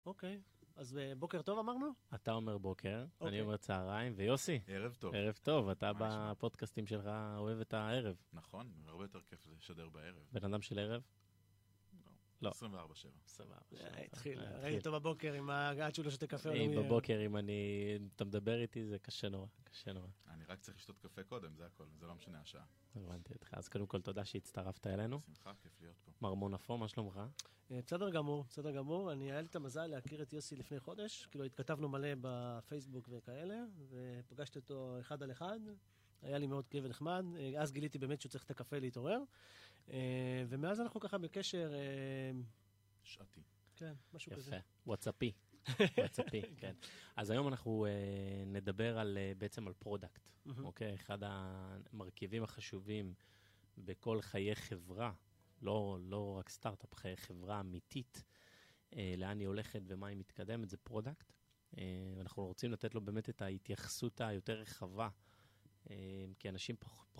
אוקיי, אז בוקר טוב אמרנו? אתה אומר בוקר, אני אומר צהריים, ויוסי. ערב טוב. ערב טוב, אתה בפודקאסטים שלך אוהב את הערב. נכון, הרבה יותר כיף לשדר בערב. בן אדם של ערב? לא. 24/7. 24/7. התחיל, ראיתי אותו בבוקר עם עד שהוא לא שותה קפה. בבוקר, אם אתה מדבר איתי, זה קשה נורא, קשה נורא. אני רק צריך לשתות קפה קודם, זה הכל, זה לא משנה השעה. הבנתי אותך, אז קודם כל תודה שהצטרפת אלינו. שמחה, כיף להיות פה. מר מונפו, מה שלומך? בסדר גמור, בסדר גמור. אני היה לי את המזל להכיר את יוסי לפני חודש, כאילו התכתבנו מלא בפייסבוק וכאלה, ופגשתי אותו אחד על אחד. היה לי מאוד כיף ונחמד, אז גיליתי באמת שהוא צריך את הקפה להתעורר, ומאז אנחנו ככה בקשר... שעתי. כן, משהו כזה. יפה, וואטסאפי. וואטסאפי, כן. אז היום אנחנו נדבר בעצם על פרודקט, אוקיי? אחד המרכיבים החשובים בכל חיי חברה, לא רק סטארט-אפ, חיי חברה אמיתית, לאן היא הולכת ומה היא מתקדמת, זה פרודקט. אנחנו רוצים לתת לו באמת את ההתייחסות היותר רחבה, כי אנשים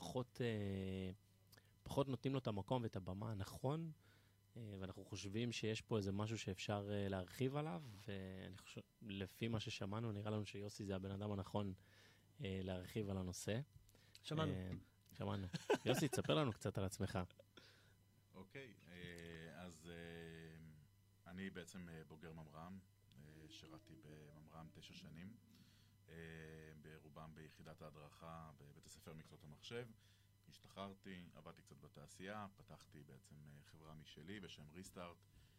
פחות נותנים לו את המקום ואת הבמה הנכון, ואנחנו חושבים שיש פה איזה משהו שאפשר להרחיב עליו, ואני חושב, לפי מה ששמענו, נראה לנו שיוסי זה הבן אדם הנכון להרחיב על הנושא. שמענו. יוסי, תספר לנו קצת על עצמך. אוקיי, אז אני בעצם בוגר ממר"ם, שירתי בממר"ם 9 שנים, ברובם ביחידת ההדרכה בבית הספר מקצועות המחשב. השתחררתי, עבדתי קצת בתעשייה, פתחתי בעצם חברה משלי בשם ריסטארט,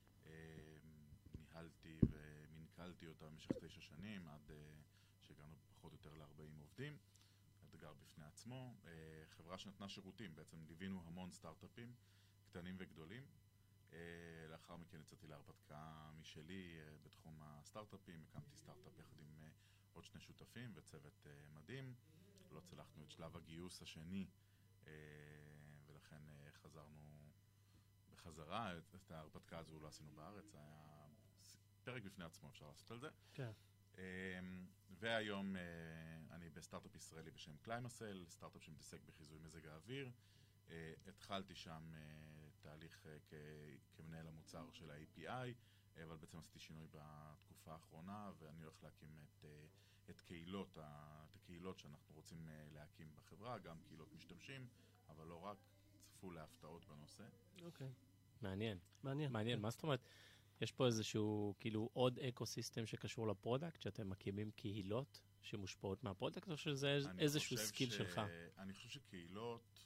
ניהלתי ומנכלתי אותה במשך 9 שנים, עד שהגענו פחות או יותר ל-40 עובדים, אתגר בפני עצמו, חברה שנתנה שירותים, בעצם ליווינו המון סטארט-אפים, קטנים וגדולים, לאחר מכן יצאתי להרפתקה משלי בתחום הסטארט-אפים, הקמתי סטארט-אפ יחד עם עוד 2 שותפים וצוות מדהים, לא צלחנו את שלב הגיוס השני, ולכן חזרנו בחזרה. את ההרפתקה הזו לא עשינו בארץ, זה היה פרק בפני עצמו, אפשר לעשות על זה. כן. והיום אני בסטארט-אפ ישראלי בשם קליימסל, סטארט-אפ שמתעסק בחיזוי מזג האוויר. התחלתי שם תהליך כמנהל המוצר של ה-API, אבל בעצם עשיתי שינוי בתקופה האחרונה, ואני הולך להקים את הקהילות שאנחנו רוצים להקים בחברה, גם קהילות משתמשים, אבל לא רק, צפו להפתעות בנושא. אוקיי. מעניין. מעניין. מה זאת אומרת? יש פה איזשהו, כאילו, עוד אקו-סיסטם שקשור לפרודקט, שאתם מקימים קהילות שמושפעות מהפרודקט, או שזה איזשהו סקיל שלך? אני חושב שקהילות,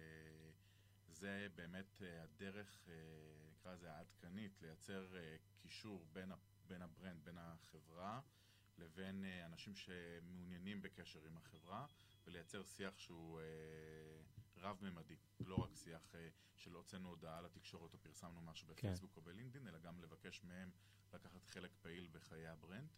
זה באמת הדרך, נקרא לזה העדכנית, לייצר קישור בין הברנד, בין החברה, לבין אנשים שמעוניינים בקשר עם החברה, ולייצר שיח שהוא רב-ממדי. לא רק שיח של הוצאנו הודעה לתקשורת או פרסמנו משהו בפייסבוק או בלינקדין, אלא גם לבקש מהם לקחת חלק פעיל בחיי הברנד.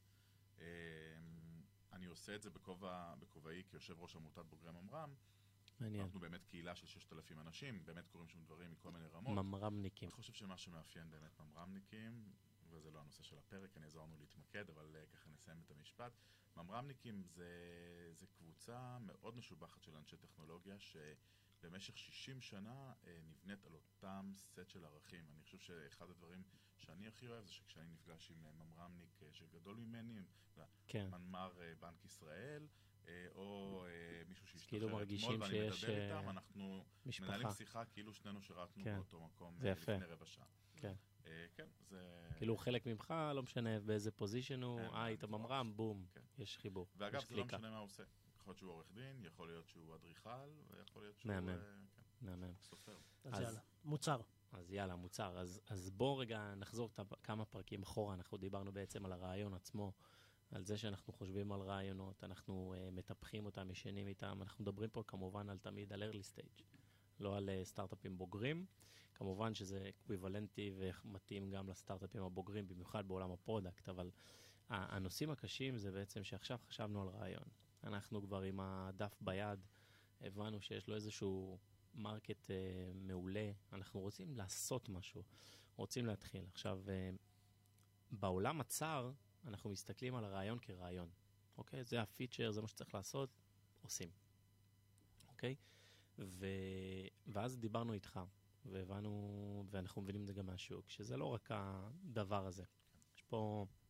אני עושה את זה בכובעי כיושב ראש עמותת בוגרי ממר"ם. מעניין. אנחנו באמת קהילה של 6,000 אנשים, באמת קוראים שם דברים מכל מיני רמות. ממר"מניקים. אני חושב שמה שמאפיין באמת ממר"מניקים, וזה לא הנושא של הפרק, אני עזרנו להתמקד, אבל ככה נסיים את המשפט. ממר"מניקים זה קבוצה מאוד משובחת של אנשי טכנולוגיה, שבמשך 60 שנה נבנית על אותם סט של ערכים. אני חושב שאחד הדברים שאני הכי אוהב, זה שכשאני נפגש עם ממר"מניק שגדול ממני, מנמ"ר בנק ישראל, או מישהו שהשתחרר אתמול ואני מדבר איתם, אנחנו מנהלים שיחה כאילו שנינו שירתנו באותו מקום לפני רבע שעה. כן. כן, זה... כאילו חלק ממך, לא משנה באיזה פוזישן הוא, היית ממר"ם, בום, יש חיבור. ואגב, זה לא משנה מה הוא עושה. יכול להיות שהוא עורך דין, יכול להיות שהוא אדריכל, ויכול להיות שהוא סופר. אז יאללה, מוצר. אז יאללה, מוצר. אז בואו רגע נחזור כמה פרקים אחורה. אנחנו דיברנו בעצם על הרעיון עצמו, על זה שאנחנו חושבים על רעיונות, אנחנו מטפחים אותם, ישנים איתם. אנחנו מדברים פה כמובן על תמיד על early stage, לא על סטארט-אפים בוגרים. כמובן שזה אקוויוולנטי ומתאים גם לסטארט-אפים הבוגרים, במיוחד בעולם הפרודקט, אבל הנושאים הקשים זה בעצם שעכשיו חשבנו על רעיון. אנחנו כבר עם הדף ביד, הבנו שיש לו איזשהו מרקט מעולה, אנחנו רוצים לעשות משהו, רוצים להתחיל. עכשיו, בעולם הצר, אנחנו מסתכלים על הרעיון כרעיון. אוקיי? זה הפיצ'ר, זה מה שצריך לעשות, עושים. אוקיי? ואז דיברנו איתך, והבנו, ואנחנו מבינים את זה גם מהשוק, שזה לא רק הדבר הזה. יש פה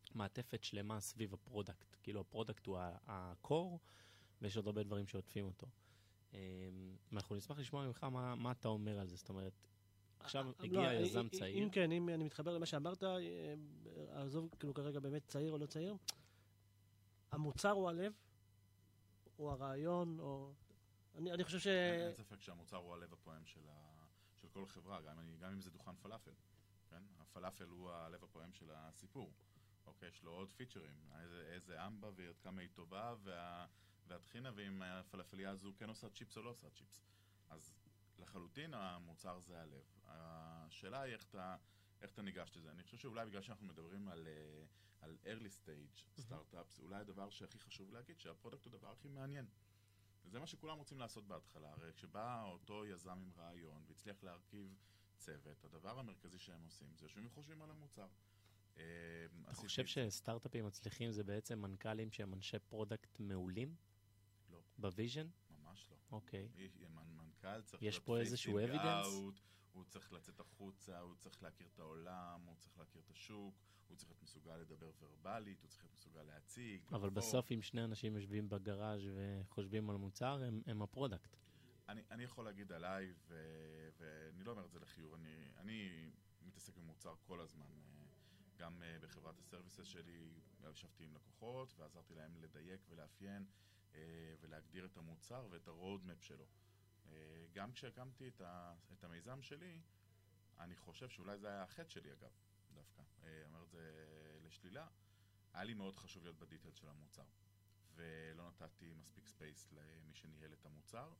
מעטפת שלמה סביב הפרודקט. כאילו הפרודקט הוא הקור, ויש עוד הרבה דברים שעוטפים אותו. אנחנו נשמח לשמוע ממך מה אתה אומר על זה. זאת אומרת, עכשיו הגיע יזם צעיר. אם כן, אם אני מתחבר למה שאמרת, עזוב כאילו כרגע באמת צעיר או לא צעיר, המוצר הוא הלב, הוא הרעיון, או... אני חושב אין ספק שהמוצר הוא הלב הפועם של כל חברה, גם אם זה דוכן פלאפל. כן? הפלאפל הוא הלב הפועם של הסיפור. אוקיי, יש לו עוד פיצ'רים, איזה אמבה ועד כמה היא טובה, והטחינה, ואם הפלאפליה הזו כן עושה צ'יפס או לא עושה צ'יפס. אז לחלוטין המוצר זה הלב. השאלה היא איך אתה ניגש לזה. אני חושב שאולי בגלל שאנחנו מדברים על early stage startups, אולי הדבר שהכי חשוב להגיד שהפרודקט הוא הדבר הכי מעניין. וזה מה שכולם רוצים לעשות בהתחלה. הרי כשבא אותו יזם עם רעיון והצליח להרכיב צוות, הדבר המרכזי שהם עושים זה שהם חושבים על המוצר. אתה חושב שסטארט-אפים מצליחים זה בעצם מנכ"לים שהם אנשי פרודקט מעולים? לא. בוויז'ן? ממש לא. אוקיי. מנכ"ל צריך יש פה איזשהו אבידנס? הוא צריך לצאת החוצה, הוא צריך להכיר את העולם, הוא צריך להכיר את השוק, הוא צריך להיות מסוגל לדבר ורבלית, הוא צריך להיות מסוגל להציג. אבל בסוף אם שני אנשים יושבים בגראז' וחושבים על מוצר, הם הפרודקט. אני יכול להגיד עליי, ואני לא אומר את זה לחיוב, אני מתעסק במוצר כל הזמן. גם בחברת הסרוויסס שלי ישבתי עם לקוחות ועזרתי להם לדייק ולאפיין ולהגדיר את המוצר ואת הרודמפ שלו. גם כשהקמתי את המיזם שלי, אני חושב שאולי זה היה החטא שלי אגב, דווקא. אומר את זה לשלילה. היה לי מאוד חשוב להיות בדיטל של המוצר, ולא נתתי מספיק ספייס למי שניהל את המוצר,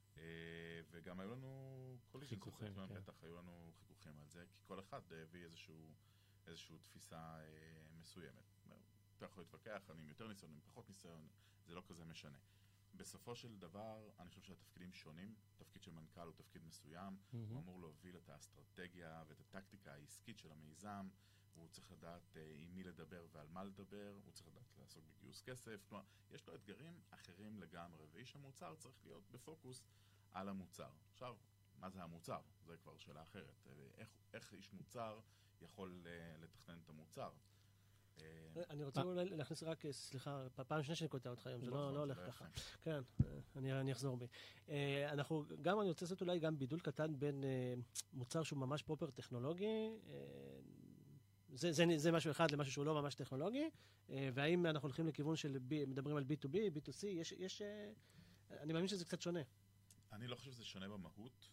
וגם היו לנו חיכוכים, כן. בטח היו לנו חיכוכים על זה, כי כל אחד הביא איזושהי תפיסה מסוימת. אתה יכול להתווכח, אני עם יותר ניסיון, עם פחות ניסיון, זה לא כזה משנה. בסופו של דבר, אני חושב שהתפקידים שונים. תפקיד של מנכ"ל הוא תפקיד מסוים, הוא אמור להוביל את האסטרטגיה ואת הטקטיקה העסקית של המיזם, הוא צריך לדעת עם מי לדבר ועל מה לדבר, הוא צריך לדעת לעסוק בגיוס כסף, כלומר, יש לו אתגרים אחרים לגמרי, ואיש המוצר צריך להיות בפוקוס על המוצר. עכשיו, מה זה המוצר? זה כבר שאלה אחרת. איך איש מוצר יכול לתכנן את המוצר? אני רוצה אולי להכניס רק, סליחה, פעם שנייה שאני קוטע אותך היום, זה לא הולך ככה. כן, אני אחזור בי. אני רוצה לעשות אולי גם בידול קטן בין מוצר שהוא ממש פרופר טכנולוגי, זה משהו אחד למשהו שהוא לא ממש טכנולוגי, והאם אנחנו הולכים לכיוון של מדברים על B2B, B2C, אני מאמין שזה קצת שונה. אני לא חושב שזה שונה במהות.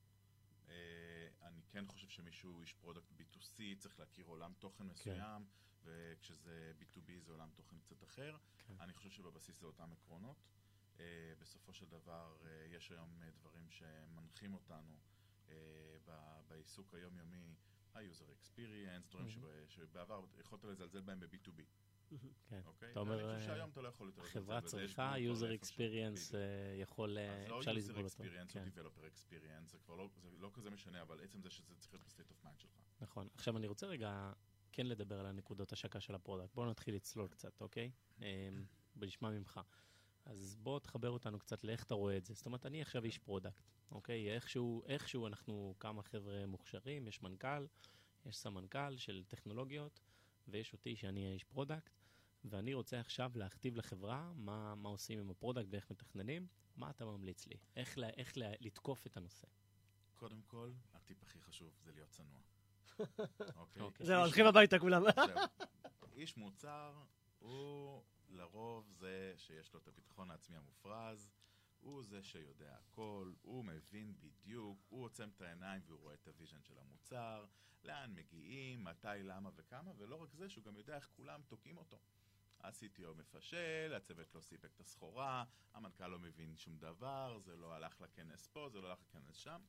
אני כן חושב שמישהו איש פרודקט B2C צריך להכיר עולם תוכן מסוים, וכשזה B2B זה עולם תוכן קצת אחר. אני חושב שבבסיס זה אותם עקרונות. בסופו של דבר יש היום דברים שמנחים אותנו בעיסוק היומיומי, ה-user experience, דברים שבעבר יכולת לזלזל בהם ב-B2B. כן. אוקיי? אתה אומר, אני חושב שהיום אתה לא יכול יותר לזלזל בזה. חברה צריכה, user experience יכול, אפשר לסבול אותו. אז לא user experience או developer experience, זה כבר לא כזה משנה, אבל עצם זה שזה צריך להיות בסטייט אוף מיינד שלך. נכון. עכשיו אני רוצה רגע כן לדבר על הנקודות השקה של הפרודקט. בואו נתחיל לצלול קצת, אוקיי? בנשמע ממך. אז בוא תחבר אותנו קצת לאיך אתה רואה את זה. זאת אומרת, אני עכשיו איש פרודקט, אוקיי? איכשהו אנחנו כמה חבר'ה מוכשרים, יש מנכ"ל, יש סמנכ"ל של טכנולוגיות, ויש אותי שאני איש פרודקט, ואני רוצה עכשיו להכתיב לחברה מה עושים עם הפרודקט ואיך מתכננים. מה אתה ממליץ לי? איך לתקוף את הנושא? קודם כל, הטיפ הכי חשוב זה להיות צנוע. זהו, הולכים הביתה כולם. איש מוצר הוא לרוב זה שיש לו את הביטחון העצמי המופרז, הוא זה שיודע הכל, הוא מבין בדיוק, הוא עוצם את העיניים והוא רואה את הוויז'ן של המוצר, לאן מגיעים, מתי, למה וכמה, ולא רק זה, שהוא גם יודע איך כולם תוקעים אותו. ה-CTO מפשל, הצוות לא סיפק את הסחורה, המנכ"ל לא מבין שום דבר, זה לא הלך לכנס פה, זה לא הלך לכנס שם.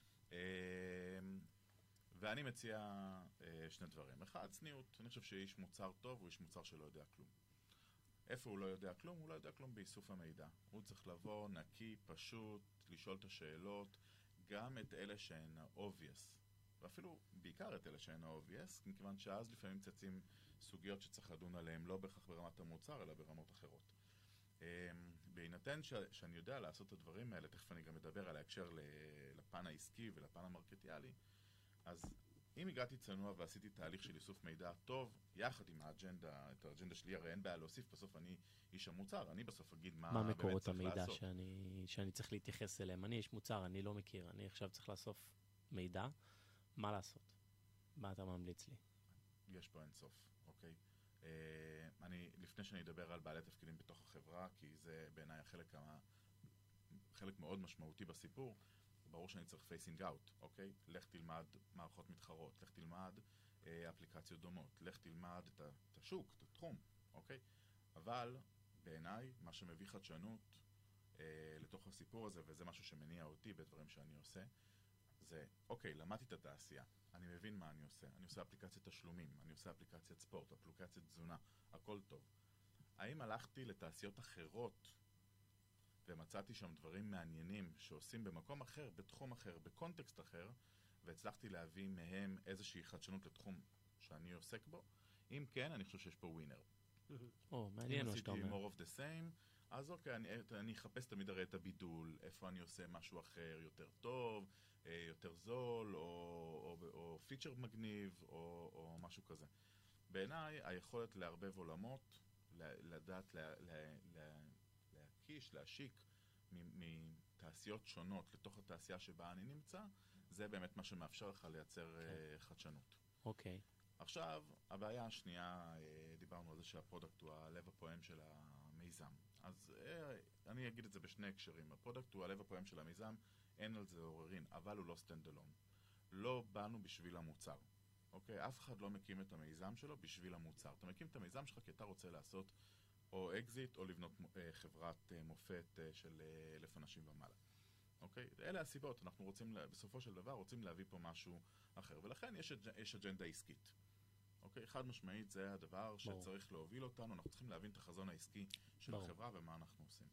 ואני מציע שני דברים. אחד, צניעות. אני חושב שאיש מוצר טוב הוא איש מוצר שלא יודע כלום. איפה הוא לא יודע כלום? הוא לא יודע כלום באיסוף המידע. הוא צריך לבוא נקי, פשוט, לשאול את השאלות, גם את אלה שהן ה-obvious. ואפילו בעיקר את אלה שהן ה-obvious, מכיוון שאז לפעמים צצים סוגיות שצריך לדון עליהן, לא בהכרח ברמת המוצר, אלא ברמות אחרות. בהינתן שאני יודע לעשות את הדברים האלה, תכף אני גם מדבר על ההקשר לפן העסקי ולפן המרקטיאלי, אז אם הגעתי צנוע ועשיתי תהליך של איסוף מידע טוב, יחד עם האג'נדה, את האג'נדה שלי, הרי אין בעיה להוסיף, בסוף אני איש המוצר, אני בסוף אגיד מה באמת צריך לעשות. מה מקורות המידע שאני צריך להתייחס אליהם? אני איש מוצר, אני לא מכיר, אני עכשיו צריך לאסוף מידע, מה לעשות? מה אתה ממליץ לי? יש פה אינסוף, אוקיי? לפני שאני אדבר על בעלי תפקידים בתוך החברה, כי זה בעיניי חלק מאוד משמעותי בסיפור, ברור שאני צריך פייסינג אאוט, אוקיי? לך תלמד מערכות מתחרות, לך תלמד אפליקציות דומות, לך תלמד את השוק, את התחום, אוקיי? אבל בעיניי, מה שמביא חדשנות לתוך הסיפור הזה, וזה משהו שמניע אותי בדברים שאני עושה, זה, אוקיי, למדתי את התעשייה, אני מבין מה אני עושה. אני עושה אפליקציית תשלומים, אני עושה אפליקציית ספורט, אפליקציית תזונה, הכל טוב. האם הלכתי לתעשיות אחרות ומצאתי שם דברים מעניינים שעושים במקום אחר, בתחום אחר, בקונטקסט אחר, והצלחתי להביא מהם איזושהי חדשנות לתחום שאני עוסק בו? אם כן, אני חושב שיש פה ווינר. מעניין מה שאתה אומר. אם עשיתי more of the same, אז אוקיי, אני אחפש תמיד הרי את הבידול, איפה אני עושה משהו אחר יותר טוב, יותר זול, או פיצ'ר מגניב, או משהו כזה. בעיניי, היכולת לערבב עולמות, לדעת להשיק מתעשיות שונות לתוך התעשייה שבה אני נמצא, זה באמת מה שמאפשר לך לייצר חדשנות. אוקיי. עכשיו, הבעיה השנייה, דיברנו על זה שהפרודקט הוא הלב הפועם של המיזם. אז אני אגיד את זה בשני הקשרים. הפרודקט הוא הלב הפועם של המיזם, אין על זה עוררין, אבל הוא לא סטנדלון. לא באנו בשביל המוצר. אוקיי? אף אחד לא מקים את המיזם שלו בשביל המוצר. אתה מקים את המיזם שלך כי אתה רוצה לעשות או אקזיט או לבנות חברת מופת של 1,000 אנשים ומעלה. אוקיי? אלה הסיבות. אנחנו רוצים, בסופו של דבר, רוצים להביא פה משהו אחר. ולכן יש אג'נדה עסקית. אוקיי? חד משמעית זה הדבר שצריך להוביל אותנו. אנחנו צריכים להבין את החזון העסקי של החברה ומה אנחנו עושים.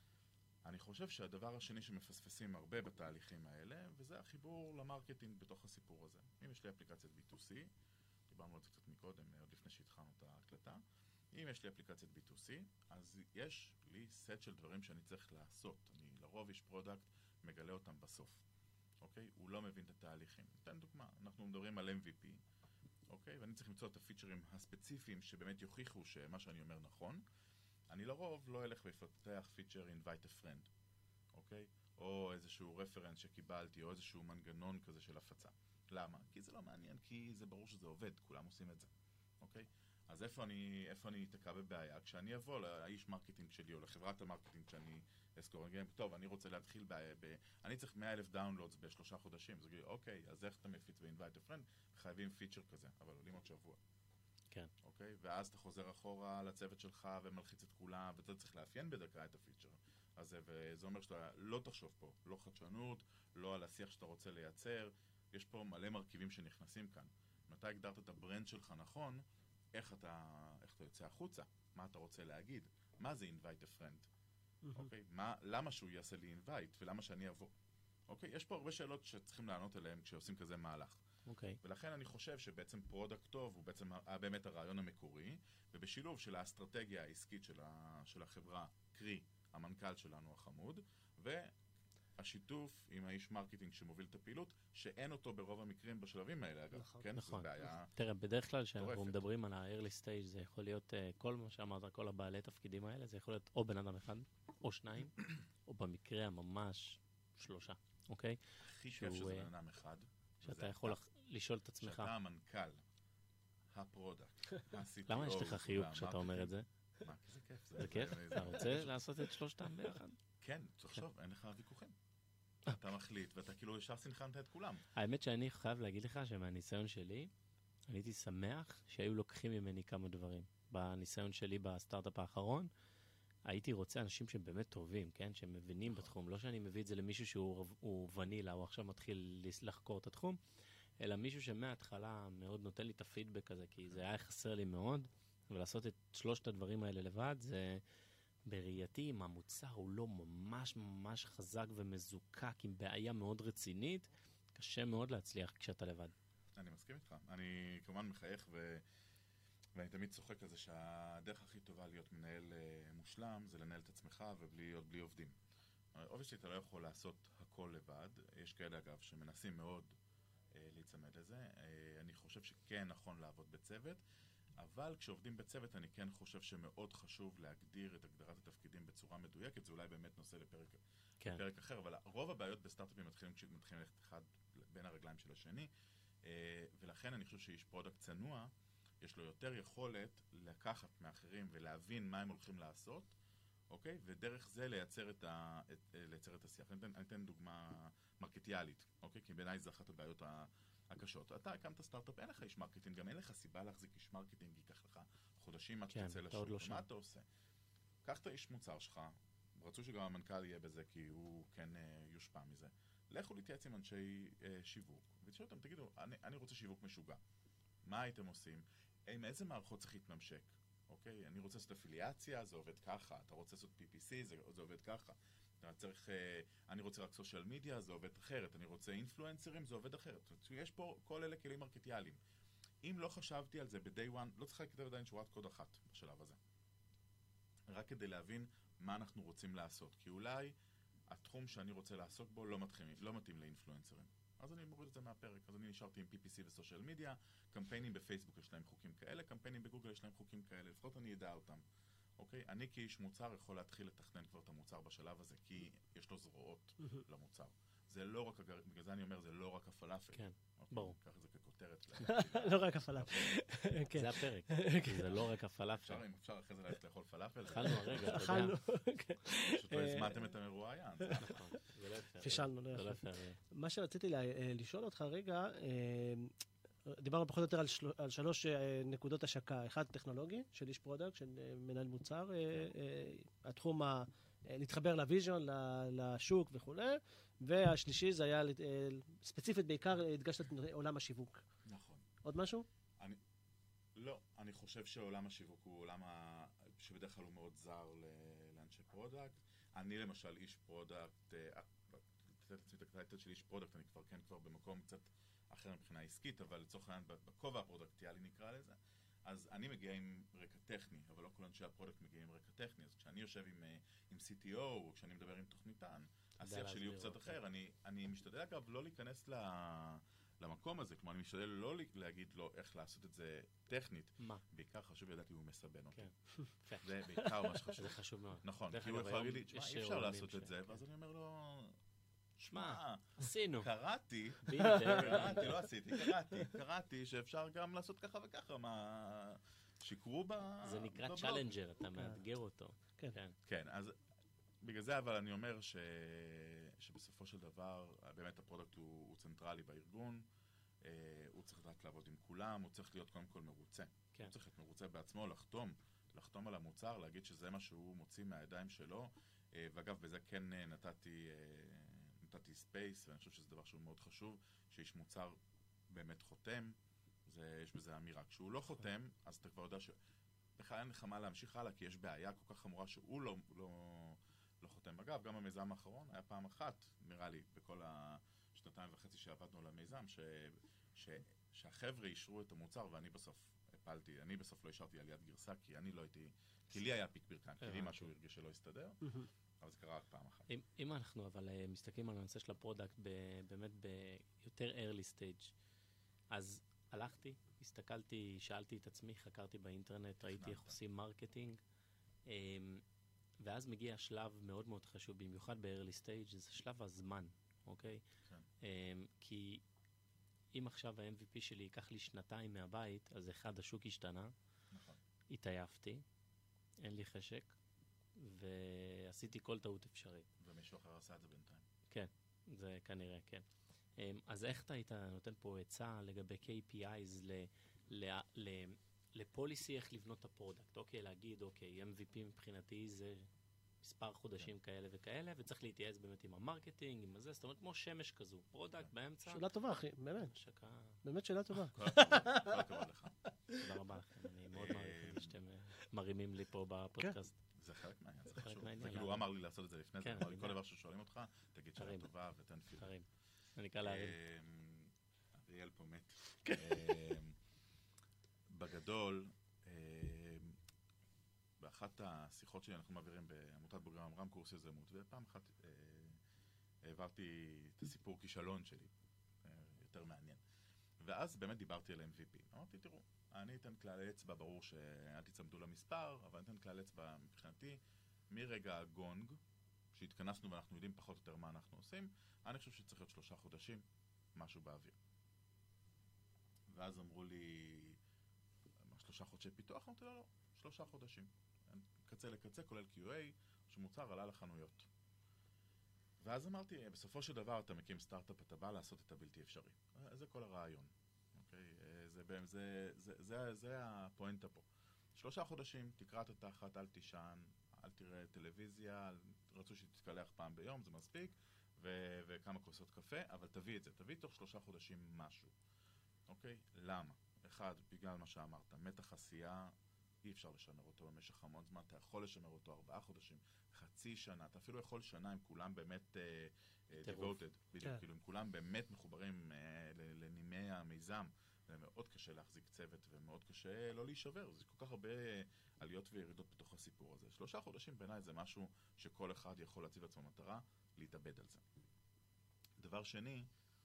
אני חושב שהדבר השני שמפספסים הרבה בתהליכים האלה, וזה החיבור למרקטינג בתוך הסיפור הזה. אם יש לי אפליקציית B2C, דיברנו על זה קצת מקודם, עוד לפני שהתחלנו את ההקלטה, אם יש לי אפליקציית B2C, אז יש לי סט של דברים שאני צריך לעשות. לרוב יש פרודקט, מגלה אותם בסוף. אוקיי? הוא לא מבין את התהליכים. ניתן דוגמה, אנחנו מדברים על MVP, אוקיי? ואני צריך למצוא את הפיצ'רים הספציפיים שבאמת יוכיחו שמה שאני אומר נכון. אני לרוב לא אלך ויפתח פיצ'ר invite a friend, אוקיי? או איזשהו רפרנס שקיבלתי, או איזשהו מנגנון כזה של הפצה. למה? כי זה לא מעניין, כי זה ברור שזה עובד, כולם עושים את זה, אוקיי? אז איפה אני אתקע בבעיה? כשאני אבוא לאיש מרקטינג שלי, או לחברת המרקטינג שאני אזכור, טוב, אני רוצה להתחיל אני צריך 100,000 דאונלודס ב3 חודשים. אז אוקיי, אז איך אתה מפיץ ב-invite a friend? חייבים פיצ'ר כזה, אבל עולים עוד שבוע. כן. אוקיי? ואז אתה חוזר אחורה לצוות שלך ומלחיץ את כולם, ואתה צריך לאפיין בדקה את הפיצ'ר הזה, וזה אומר שאתה לא תחשוב פה, לא חדשנות, לא על השיח שאתה רוצה לייצר, יש פה מלא מרכיבים שנכנסים כאן. מתי הגדרת את הברנד שלך נכון, איך אתה יוצא החוצה, מה אתה רוצה להגיד, מה זה invite a friend, אוקיי? למה שהוא יעשה לי invite ולמה שאני אבוא? אוקיי? יש פה הרבה שאלות שצריכים לענות עליהן כשעושים כזה מהלך. אוקיי. ולכן אני חושב שבעצם פרודקט טוב הוא בעצם באמת הרעיון המקורי, ובשילוב של האסטרטגיה העסקית של החברה, קרי המנכ"ל שלנו החמוד, והשיתוף עם האיש מרקטינג שמוביל את הפעילות, שאין אותו ברוב המקרים בשלבים האלה, אגב. נכון. כן? נכון. זו בעיה. תראה, בדרך כלל כשאנחנו מטורפת. מדברים על ה-early stage, זה יכול להיות כל מה שאמרת, כל הבעלי תפקידים האלה, זה יכול להיות או בן אדם אחד, או שניים, או במקרה הממש 3, אוקיי? הכי כיף שזה בן אדם אחד. שאתה יכול לשאול את עצמך. שאתה המנכ"ל, הפרודקט, ה-CTO. למה יש לך חיוך כשאתה אומר את זה? מה? כי זה כיף. זה כיף? אתה רוצה לעשות את שלושתם ביחד? כן, תחשוב, אין לך ויכוחים. אתה מחליט, ואתה כאילו ישר סנכרנת את כולם. האמת שאני חייב להגיד לך שמהניסיון שלי, אני הייתי שמח שהיו לוקחים ממני כמה דברים. בניסיון שלי בסטארט-אפ האחרון, הייתי רוצה אנשים שהם באמת טובים, כן? שהם מבינים בתחום. לא שאני מביא את זה למישהו שהוא ונילה, הוא עכשיו מתחיל לחקור את התחום, אלא מישהו שמההתחלה מאוד נותן לי את הפידבק הזה, כי זה היה חסר לי מאוד, ולעשות את 3 הדברים האלה לבד, זה בראייתי, אם המוצר הוא לא ממש ממש חזק ומזוקק, עם בעיה מאוד רצינית, קשה מאוד להצליח כשאתה לבד. אני מסכים איתך. אני כמובן מחייך ואני תמיד צוחק על זה שהדרך הכי טובה להיות מנהל מושלם זה לנהל את עצמך ולהיות בלי עובדים. obviously אתה לא יכול לעשות הכל לבד. יש כאלה אגב שמנסים מאוד להיצמד לזה. אני חושב שכן נכון לעבוד בצוות, אבל כשעובדים בצוות אני כן חושב שמאוד חשוב להגדיר את הגדרת התפקידים בצורה מדויקת. זה אולי באמת נושא לפרק אחר, אבל רוב הבעיות בסטארט-אפים מתחילים ללכת אחד בין הרגליים של השני, ולכן אני חושב שאיש פרודקט צנוע, יש לו יותר יכולת לקחת מאחרים ולהבין מה הם הולכים לעשות, אוקיי? ודרך זה לייצר את השיח. אני אתן דוגמה מרקטיאלית, אוקיי? כי בעיניי זה אחת הבעיות הקשות. אתה הקמת סטארט-אפ, אין לך איש מרקטינג, גם אין לך סיבה להחזיק איש מרקטינג, ייקח לך חודשים עד שתצא לשוק. מה אתה עושה? קח את האיש מוצר שלך, רצו שגם המנכ"ל יהיה בזה, כי הוא כן יושפע מזה. לכו להתייעץ עם אנשי שיווק, ותשאלו אותם, תגידו, אני רוצה שיווק משוגע. מה הייתם עושים? עם איזה מערכות צריך להתממשק? אוקיי? אני רוצה לעשות אפיליאציה, זה עובד ככה. אתה רוצה לעשות PPC, זה עובד ככה. אני רוצה רק סושיאל מדיה, זה עובד אחרת. אני רוצה אינפלואנסרים, זה עובד אחרת. יש פה כל אלה כלים מרקטיאליים. אם לא חשבתי על זה ב-day one, לא צריך לכתוב עדיין שורת קוד אחת בשלב הזה. רק כדי להבין מה אנחנו רוצים לעשות. כי אולי התחום שאני רוצה לעסוק בו לא מתאים לאינפלואנסרים. אז אני מוריד את זה מהפרק. אז אני נשארתי עם PPC וסושיאל מדיה, קמפיינים בפייסבוק יש להם חוקים כאלה, קמפיינים בגוגל יש להם חוקים כאלה, לפחות אני ידע אותם. אוקיי? אני כאיש מוצר יכול להתחיל לתכנן כבר את המוצר בשלב הזה, כי יש לו זרועות למוצר. זה לא רק, בגלל זה אני אומר, זה לא רק הפלאפל. כן, ברור. קח את זה ככותרת. לא רק הפלאפל. זה הפרק. זה לא רק הפלאפל. אפשר אחרי זה ללכת לאכול פלאפל. אכלנו הרגע, אכלנו. פשוט לא הזמנתם את המרואיין. זה לא יפה. פישלנו, זה לא יפה. מה שרציתי לשאול אותך רגע, דיברנו פחות או יותר על 3 נקודות השקה. אחד טכנולוגי, של איש פרודקט, של מנהל מוצר, התחום להתחבר לוויז'ון, לשוק וכו'. והשלישי זה היה ספציפית בעיקר הדגשת את עולם השיווק. נכון. עוד משהו? לא, אני חושב שעולם השיווק הוא עולם שבדרך כלל הוא מאוד זר לאנשי פרודקט. אני למשל איש פרודקט, את הטייטל של איש פרודקט, אני כבר במקום קצת אחר מבחינה עסקית, אבל לצורך העניין בכובע הפרודקטיאלי נקרא לזה. אז אני מגיע עם רקע טכני, אבל לא כל אנשי הפרודקט מגיעים עם רקע טכני. אז כשאני יושב עם CTO, או כשאני מדבר עם תוכניתן, השיח שלי הוא קצת אחר. אני משתדל אגב לא להיכנס למקום הזה, כלומר אני משתדל לא להגיד לו איך לעשות את זה טכנית. מה? בעיקר חשוב לדעת אם הוא מסבן אותי. כן. זה בעיקר מה שחשוב. זה חשוב מאוד. נכון, כי הוא יכול להגיד לי, תשמע, אי אפשר לעשות את זה, ואז אני אומר לו, שמע, עשינו. קראתי, לא עשיתי, קראתי שאפשר גם לעשות ככה וככה, מה, שיקרו זה נקרא צ'לנג'ר, אתה מאתגר אותו. כן, אז בגלל זה אבל אני אומר שבסופו של דבר, באמת הפרודקט הוא צנטרלי בארגון, הוא צריך לדעת לעבוד עם כולם, הוא צריך להיות קודם כל מרוצה. הוא צריך להיות מרוצה בעצמו, לחתום על המוצר, להגיד שזה מה שהוא מוציא מהידיים שלו, ואגב, בזה כן נתתי ספייס, ואני חושב שזה דבר שהוא מאוד חשוב, שאיש מוצר באמת חותם, יש בזה אמירה. כשהוא לא חותם, אז אתה כבר יודע שבכלל אין לך מה להמשיך הלאה, כי יש בעיה כל כך חמורה שהוא לא חותם. אגב, גם המיזם האחרון היה פעם אחת, נראה לי, בכל השנתיים וחצי שעבדנו על המיזם, שהחבר'ה אישרו את המוצר, ואני בסוף הפלתי, אני בסוף לא השארתי עליית גרסה, כי אני לא הייתי, כי לי היה פיק ברכיים, כי לי משהו הרגיש שלא הסתדר, אבל זה קרה רק פעם אחת. אם אנחנו אבל מסתכלים על הנושא של הפרודקט באמת ביותר early stage, אז הלכתי, הסתכלתי, שאלתי את עצמי, חקרתי באינטרנט, ראיתי איך עושים מרקטינג, ואז מגיע שלב מאוד מאוד חשוב, במיוחד ב-early stage, זה שלב הזמן, אוקיי? כי אם עכשיו ה-MVP שלי ייקח לי 2 מהבית, אז אחד, השוק השתנה, התעייפתי, אין לי חשק, ועשיתי כל טעות אפשרית. ומישהו אחר עשה את זה בינתיים. כן, זה כנראה, כן. אז איך אתה היית נותן פה עצה לגבי KPIs לפוליסי איך לבנות את הפרודקט? אוקיי, להגיד, אוקיי, MVP מבחינתי זה מספר חודשים כאלה וכאלה, וצריך להתייעץ באמת עם המרקטינג, עם הזה, זאת אומרת, כמו שמש כזו, פרודקט באמצע. שאלה טובה, אחי, באמת. באמת שאלה טובה. כל הכבוד לך. תודה רבה לכם, אני מאוד מעריך שאתם מרימים לי פה בפודקאסט. זה חלק מהעניין, זה חשוב. זה כאילו הוא אמר לי לעשות את זה לפני זה, אמר לי כל דבר ששואלים אותך, תגיד שאלה טובה ותן פידבק. אני קל להרים. אריאל פה מת. בגדול, באחת השיחות שלי אנחנו מעבירים בעמותת בוגרי ממר"ם קורס יזמות, ופעם אחת העברתי את הסיפור כישלון שלי, יותר מעניין. ואז באמת דיברתי על MVP. אמרתי, תראו, אני אתן כלל אצבע, ברור שאל תצמדו למספר, אבל אני אתן כלל אצבע מבחינתי, מרגע הגונג, שהתכנסנו ואנחנו יודעים פחות או יותר מה אנחנו עושים, אני חושב שצריך להיות 3 חודשים, משהו באוויר. ואז אמרו לי, 3 חודשי פיתוח? אמרתי, לא, 3 חודשים. קצה לקצה, כולל QA, שמוצר עלה לחנויות. ואז אמרתי, בסופו של דבר אתה מקים סטארט-אפ, אתה בא לעשות את הבלתי אפשרי. זה כל הרעיון. אוקיי? זה הפואנטה פה. 3 חודשים, תקרא את התחת, אל תישן, אל תראה טלוויזיה, רצו שתתקלח פעם ביום, זה מספיק, וכמה כוסות קפה, אבל תביא את זה. תביא תוך 3 חודשים משהו. אוקיי? למה? אחד, בגלל מה שאמרת, מתח עשייה, אי אפשר לשמר אותו במשך המון זמן, אתה יכול לשמר אותו 4 חודשים, חצי שנה, אתה אפילו יכול שנה אם כולם באמת devoted, בדיוק, כאילו אם כולם באמת מחוברים לנימי המיזם, זה מאוד קשה להחזיק צוות ומאוד קשה לא להישבר, זה כל כך הרבה עליות וירידות בתוך הסיפור הזה. 3 חודשים בעיניי זה משהו שכל אחד יכול להציב לעצמו מטרה, להתאבד על זה. דבר שני,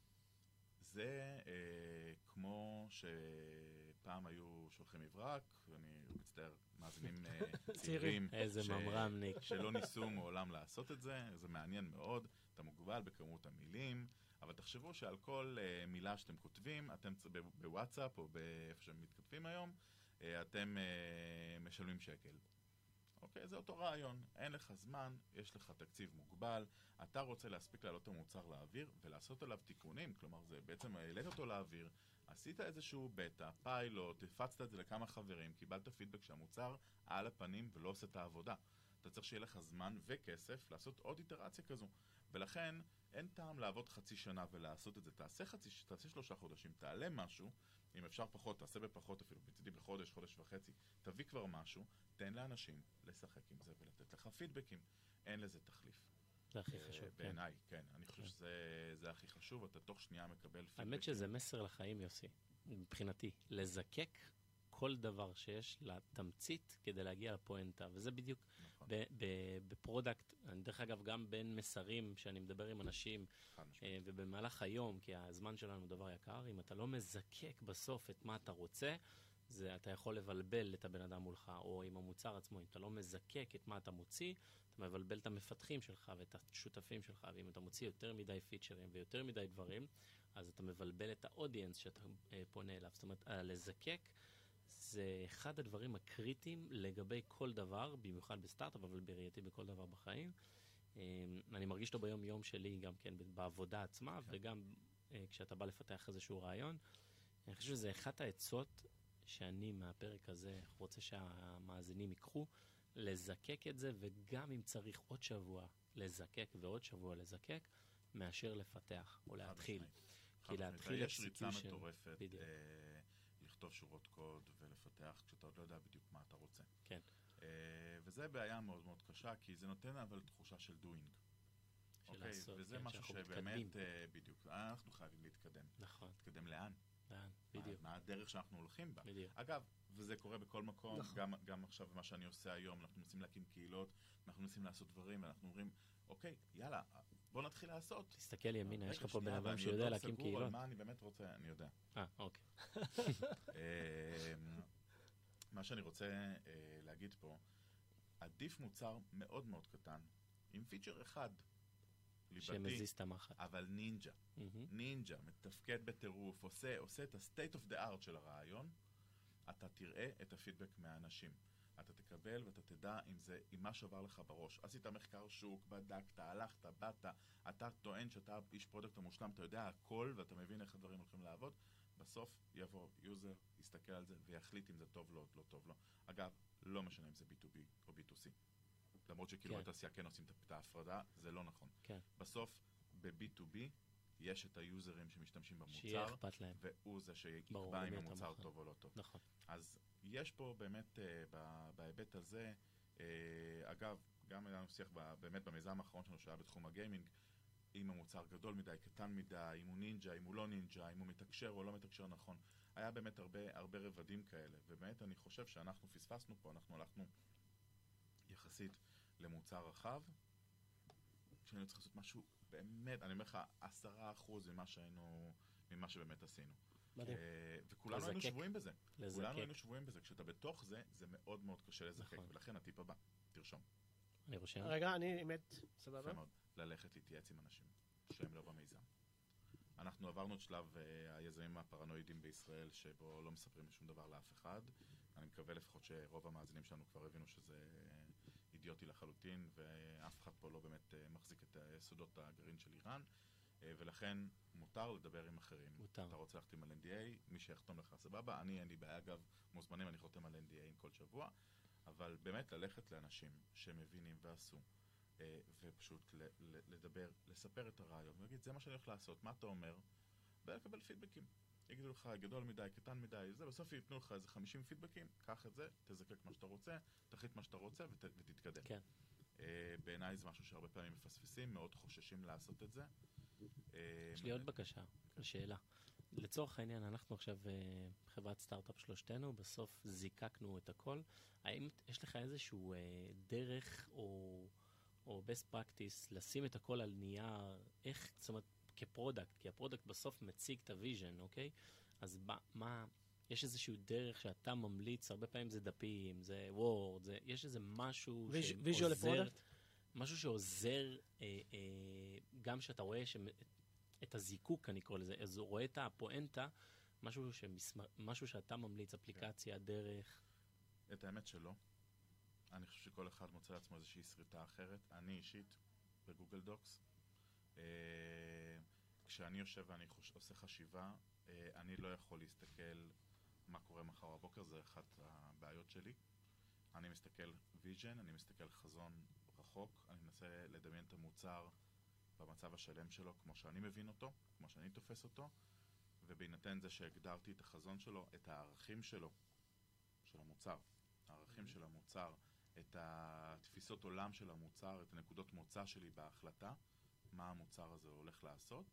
זה כמו שפעם היו שולחים מברק, אני מצטער, מאזינים צעירים איזה ממרמניק שלא ניסו מעולם לעשות את זה, זה מעניין מאוד, אתה מוגבל בכמות המילים, אבל תחשבו שעל כל מילה שאתם כותבים, אתם בוואטסאפ או באיפה שהם מתכתבים היום, אתם משלמים שקל. אוקיי, זה אותו רעיון. אין לך זמן, יש לך תקציב מוגבל, אתה רוצה להספיק לעלות את המוצר לאוויר ולעשות עליו תיקונים, כלומר זה בעצם העלית אותו לאוויר, עשית איזשהו בטא, פיילוט, הפצת את זה לכמה חברים, קיבלת פידבק שהמוצר על הפנים ולא עושה את העבודה. אתה צריך שיהיה לך זמן וכסף לעשות עוד איטרציה כזו. ולכן אין טעם לעבוד חצי שנה ולעשות את זה. תעשה 3 חודשים, תעלה משהו, אם אפשר פחות, תעשה בפחות אפילו, בצדי בחודש, חודש וחצי, תביא כבר משהו, תן לאנשים לשחק עם זה ולתת לך פידבקים. אין לזה תחליף. זה הכי חשוב. בעיניי, כן. אני חושב שזה הכי חשוב, אתה תוך שנייה מקבל פידבקים. האמת שזה מסר לחיים, יוסי, מבחינתי. לזקק כל דבר שיש לתמצית כדי להגיע לפואנטה, וזה בדיוק בפרודקט, דרך אגב גם בין מסרים שאני מדבר עם אנשים ובמהלך היום, כי הזמן שלנו דבר יקר, אם אתה לא מזקק בסוף את מה אתה רוצה, אתה יכול לבלבל את הבן אדם מולך, או עם המוצר עצמו, אם אתה לא מזקק את מה אתה מוציא, אתה מבלבל את המפתחים שלך ואת השותפים שלך, ואם אתה מוציא יותר מדי פיצ'רים ויותר מדי דברים, אז אתה מבלבל את האודיאנס שאתה פונה אליו. זאת אומרת, לזקק זה אחד הדברים הקריטיים לגבי כל דבר, במיוחד בסטארט-אפ, אבל בראייתי בכל דבר בחיים. אני מרגיש אותו ביום יום שלי, גם כן בעבודה עצמה, וגם כשאתה בא לפתח איזשהו רעיון. אני חושב שזה אחת העצות שאני מהפרק הזה רוצה שהמאזינים ייקחו, לזקק את זה, וגם אם צריך עוד שבוע לזקק ועוד שבוע לזקק, מאשר לפתח או להתחיל. כי להתחיל יש ריצה מטורפת לכתוב שורות קוד ולפתח כשאתה עוד לא יודע בדיוק מה אתה רוצה. כן. וזה בעיה מאוד מאוד קשה, כי זה נותן אבל תחושה של doing. אוקיי, וזה משהו שבאמת, בדיוק, אנחנו חייבים להתקדם. נכון. להתקדם לאן? לאן, בדיוק. מה הדרך שאנחנו הולכים בה. בדיוק. אגב, וזה קורה בכל מקום, גם עכשיו מה שאני עושה היום, אנחנו מנסים להקים קהילות, אנחנו מנסים לעשות דברים, ואנחנו אומרים, אוקיי, יאללה, בוא נתחיל לעשות. תסתכל ימינה, יש לך פה בן אדם שיודע להקים קהילות. אני עוד לא סגור על מה אני באמת רוצה, אני יודע. אוקיי. מה שאני רוצה להגיד פה, עדיף מוצר מאוד מאוד קטן, עם פיצ'ר אחד, ליבתי, שמזיז את המחט. אבל נינג'ה. נינג'ה, מתפקד בטירוף, עושה את ה-state of the art של הרעיון, אתה תראה את הפידבק מהאנשים. אתה תקבל ואתה תדע אם מה שעבר לך בראש. עשית מחקר שוק, בדקת, הלכת, באת, אתה טוען שאתה איש פרודקט המושלם, אתה יודע הכל ואתה מבין איך הדברים הולכים לעבוד, בסוף יבוא יוזר, יסתכל על זה ויחליט אם זה טוב לו או לא טוב לו. אגב, לא משנה אם זה B2B או B2C. למרות שכאילו בתעשייה כן עושים את ההפרדה, זה לא נכון. כן. בסוף, ב-B2B, יש את היוזרים שמשתמשים במוצר, שיהיה אכפת להם. והוא זה שיקבע אם המוצר טוב או לא טוב. נכון. אז יש פה באמת, בהיבט הזה, אגב, גם היה לנו שיח באמת במיזם האחרון שלנו שהיה בתחום הגיימינג, אם המוצר גדול מדי, קטן מדי, אם הוא נינג'ה, אם הוא לא נינג'ה, אם הוא מתקשר או לא מתקשר נכון. היה באמת הרבה רבדים כאלה, ובאמת אני חושב שאנחנו פספסנו פה, אנחנו הלכנו יחסית למוצר רחב, כשאני צריך לעשות משהו באמת, אני אומר לך 10% ממה שבאמת עשינו. מדהים. וכולנו היינו שבויים בזה. לזקק. כולנו היינו שבויים בזה. כשאתה בתוך זה, זה מאוד מאוד קשה לזקק. נכון. ולכן הטיפ הבא, תרשום. אני רושם. רגע, אני אמת, סבבה? יפה מאוד. ללכת להתייעץ עם אנשים שהם לא במיזם. אנחנו עברנו את שלב היזמים הפרנואידים בישראל, שבו לא מספרים שום דבר לאף אחד. אני מקווה לפחות שרוב המאזינים שלנו כבר הבינו שזה אידיוטי לחלוטין, ואף אחד פה לא באמת מחזיק את סודות הגרעין של איראן, ולכן מותר לדבר עם אחרים. מותר. אתה רוצה להחתים על NDA, מי שיחתום לך סבבה. אין לי בעיה, אגב, מוזמנים, אני חותם על NDA כל שבוע, אבל באמת ללכת לאנשים שמבינים ועשו, ופשוט לדבר, לספר את הרעיון, ולהגיד, זה מה שאני הולך לעשות, מה אתה אומר? ולקבל פידבקים. יגידו לך, גדול מדי, קטן מדי, זה, בסוף ייתנו לך איזה 50 פידבקים, קח את זה, תזקק מה שאתה רוצה, תחליט מה שאתה רוצה ותתקדם. כן. בעיניי זה משהו שהרבה פעמים מפספסים, מאוד חוששים לעשות את זה. יש לי עוד בקשה, שאלה. לצורך העניין, אנחנו עכשיו חברת סטארט-אפ שלושתנו, בסוף זיקקנו את הכל. האם יש לך איזשהו דרך או best practice לשים את הכל על נייר, איך, זאת אומרת, כפרודקט, כי הפרודקט בסוף מציג את הוויז'ן, אוקיי? אז מה, יש איזשהו דרך שאתה ממליץ, הרבה פעמים זה דפים, זה וורד, יש איזה משהו שעוזר, משהו שעוזר, גם שאתה רואה את הזיקוק, אני קורא לזה, אז הוא רואה את הפואנטה, משהו שאתה ממליץ, אפליקציה, דרך. את האמת שלא. אני חושב שכל אחד מוצא לעצמו איזושהי סריטה אחרת. אני אישית, בגוגל דוקס, כשאני יושב ואני עושה חשיבה, אני לא יכול להסתכל מה קורה מחר בבוקר, זה אחת הבעיות שלי. אני מסתכל ויז'ן, אני מסתכל חזון רחוק, אני מנסה לדמיין את המוצר במצב השלם שלו, כמו שאני מבין אותו, כמו שאני תופס אותו, ובהינתן זה שהגדרתי את החזון שלו, את הערכים שלו, של המוצר, הערכים של המוצר, את התפיסות עולם של המוצר, את הנקודות מוצא שלי בהחלטה, מה המוצר הזה הולך לעשות,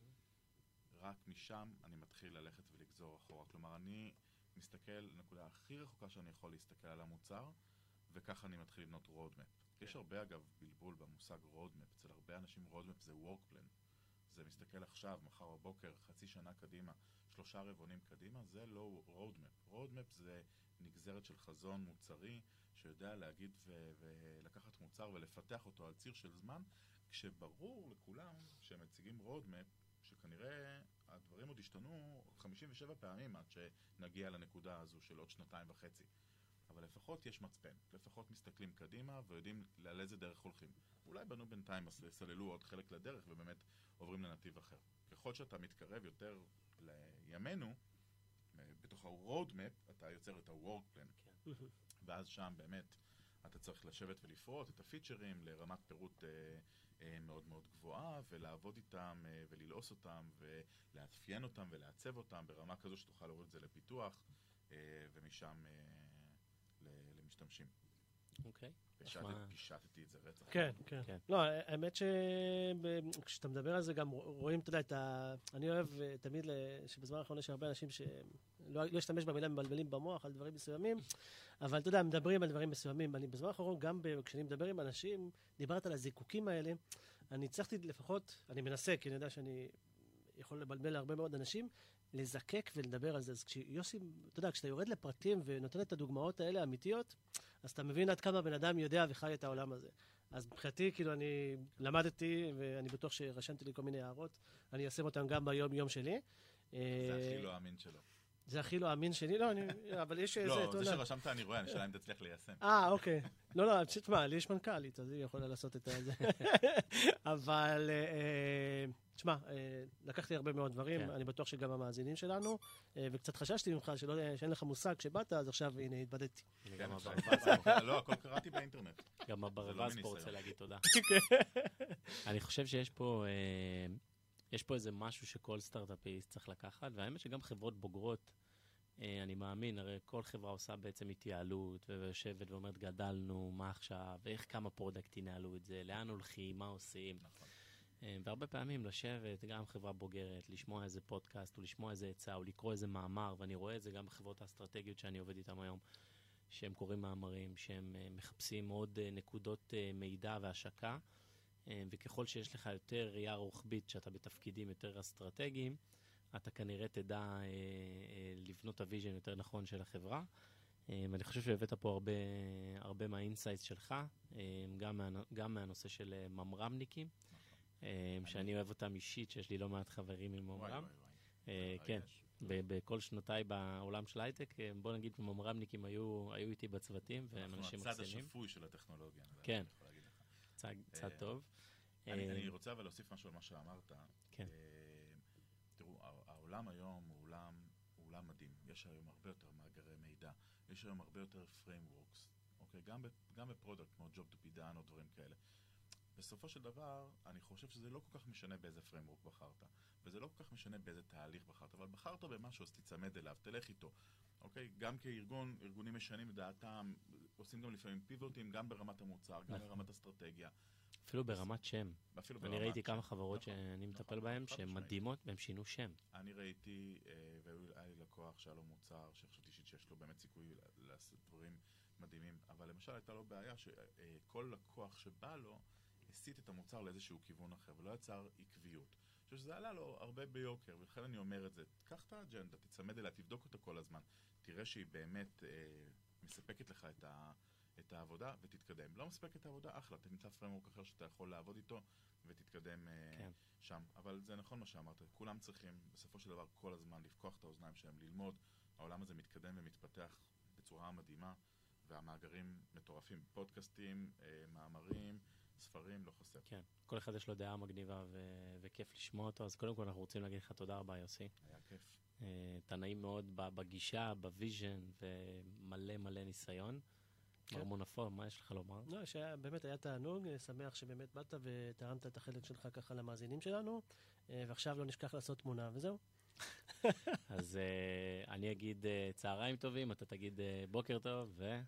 רק משם אני מתחיל ללכת ולגזור אחורה. כלומר, אני מסתכל לנקודה הכי רחוקה שאני יכול להסתכל על המוצר, וככה אני מתחיל לבנות roadmap. יש הרבה, אגב, בלבול במושג roadmap. אצל הרבה אנשים roadmap זה work plan. זה מסתכל עכשיו, מחר בבוקר, חצי שנה קדימה, 3 רבעונים קדימה, זה לא roadmap. roadmap זה נגזרת של חזון מוצרי, שיודע להגיד ולקחת מוצר ולפתח אותו על ציר של זמן, כשברור לכולם שהם מציגים roadmap, שכנראה הדברים עוד השתנו 57 פעמים עד שנגיע לנקודה הזו של עוד 2.5. אבל לפחות יש מצפן, לפחות מסתכלים קדימה ויודעים על איזה דרך הולכים. אולי בנו בינתיים סללו עוד חלק לדרך ובאמת עוברים לנתיב אחר. ככל שאתה מתקרב יותר לימינו, בתוך ה-roadmap אתה יוצר את ה-work plan. כן. ואז שם באמת אתה צריך לשבת ולפרוט את הפיצ'רים לרמת פירוט מאוד מאוד גבוהה, ולעבוד איתם וללעוס אותם ולאפיין אותם ולעצב אותם ברמה כזו שתוכל להוריד את זה לפיתוח ומשם למשתמשים. אוקיי. פישטתי את זה רצח. כן, כן. לא, האמת שכשאתה מדבר על זה גם רואים, אתה יודע, אני אוהב תמיד שבזמן האחרון יש הרבה אנשים שלא ישתמש במילה מבלבלים במוח על דברים מסוימים, אבל אתה יודע, מדברים על דברים מסוימים. אני בזמן האחרון, גם כשאני מדבר עם אנשים, דיברת על הזיקוקים האלה, אני הצלחתי לפחות, אני מנסה, כי אני יודע שאני יכול לבלבל להרבה מאוד אנשים, לזקק ולדבר על זה. אז כשיוסי, אתה יודע, כשאתה יורד לפרטים ונותן את הדוגמאות האלה האמיתיות, אז אתה מבין עד כמה בן אדם יודע וחי את העולם הזה. אז מבחינתי, כאילו, אני למדתי, ואני בטוח שרשמתי לי כל מיני הערות, אני אעשה אותם גם ביום שלי. זה הכי לא אמין שלו. זה הכי לא אמין שלי? לא, אבל יש איזה... לא, זה שרשמת אני רואה, אני שאלה אם תצליח ליישם. אוקיי. לא, תשמע, לי יש מנכ"לית, אז היא יכולה לעשות את זה. אבל, תשמע, לקחתי הרבה מאוד דברים, אני בטוח שגם המאזינים שלנו, וקצת חששתי ממך שאין לך מושג כשבאת, אז עכשיו, הנה, התבדתי. לא, הכל קראתי באינטרנט. גם הברווז פה רוצה להגיד תודה. אני חושב שיש פה איזה משהו שכל סטארט-אפיסט צריך לקחת, והאמת שגם חברות בוגרות, אני מאמין, הרי כל חברה עושה בעצם התייעלות, ויושבת ואומרת, גדלנו, מה עכשיו, ואיך כמה פרודקט ינהלו את זה, לאן הולכים, מה עושים. נכון. והרבה פעמים לשבת, גם חברה בוגרת, לשמוע איזה פודקאסט, או לשמוע איזה עצה, או לקרוא איזה מאמר, ואני רואה את זה גם בחברות האסטרטגיות שאני עובד איתם היום, שהם קוראים מאמרים, שהם מחפשים עוד נקודות מידע והשקה, וככל שיש לך יותר ראייה רוחבית, שאתה בתפקידים יותר אסטרטגיים, אתה כנראה תדע לבנות את הוויז'ן יותר נכון של החברה. ואני חושב שהבאת פה הרבה מהאינסייטס שלך, גם מהנושא של ממרמניקים, שאני אוהב אותם אישית, שיש לי לא מעט חברים עם ממרם. כן, בכל שנותיי בעולם של הייטק, בוא נגיד, ממרמניקים היו איתי בצוותים, והם אנשים אנחנו הצד מקסימים. השפוי של הטכנולוגיה. כן, צד טוב. אני רוצה אבל להוסיף משהו על מה שאמרת. כן. תראו, העולם היום הוא עולם מדהים. יש היום הרבה יותר מאגרי מידע. יש היום הרבה יותר frameworks. אוקיי? גם בפרודקט, כמו Job to be done או דברים כאלה. בסופו של דבר, אני חושב שזה לא כל כך משנה באיזה framework בחרת. וזה לא כל כך משנה באיזה תהליך בחרת. אבל בחרת במשהו, אז תצמד אליו, תלך איתו. אוקיי? גם ארגונים משנים לדעתם, עושים גם לפעמים פיבוטים, גם ברמת המוצר, גם ברמת אסטרטגיה. אפילו ברמת שם. אני ראיתי כמה חברות שאני מטפל בהן, שהן מדהימות, והן שינו שם. אני ראיתי, והיה לי לקוח שהיה לו מוצר, שחשבתי שיש לו באמת סיכוי לעשות דברים מדהימים, אבל למשל הייתה לו בעיה שכל לקוח שבא לו, הסיט את המוצר לאיזשהו כיוון אחר, ולא יצר עקביות. אני חושב שזה עלה לו הרבה ביוקר, ולכן אני אומר את זה, תקח את האג'נדה, תצמד אליה, תבדוק אותה כל הזמן, תראה שהיא באמת מספקת לך את העבודה ותתקדם. לא מספק את העבודה, אחלה, תמצא פרמורק אחר שאתה יכול לעבוד איתו ותתקדם שם. אבל זה נכון מה שאמרת, כולם צריכים בסופו של דבר כל הזמן לפקוח את האוזניים שלהם, ללמוד. העולם הזה מתקדם ומתפתח בצורה מדהימה, והמאגרים מטורפים, פודקאסטים, מאמרים, ספרים, לא חסר. כן, כל אחד יש לו דעה מגניבה וכיף לשמוע אותו, אז קודם כל אנחנו רוצים להגיד לך תודה רבה, יוסי. היה כיף. אתה נעים מאוד בגישה, בוויז'ן, ומלא ניסיון. מר מונפור, מה יש לך לומר? לא, באמת היה תענוג, שמח שבאמת באת וטעמת את החלק שלך ככה למאזינים שלנו, ועכשיו לא נשכח לעשות תמונה, וזהו. אז אני אגיד צהריים טובים, אתה תגיד בוקר טוב,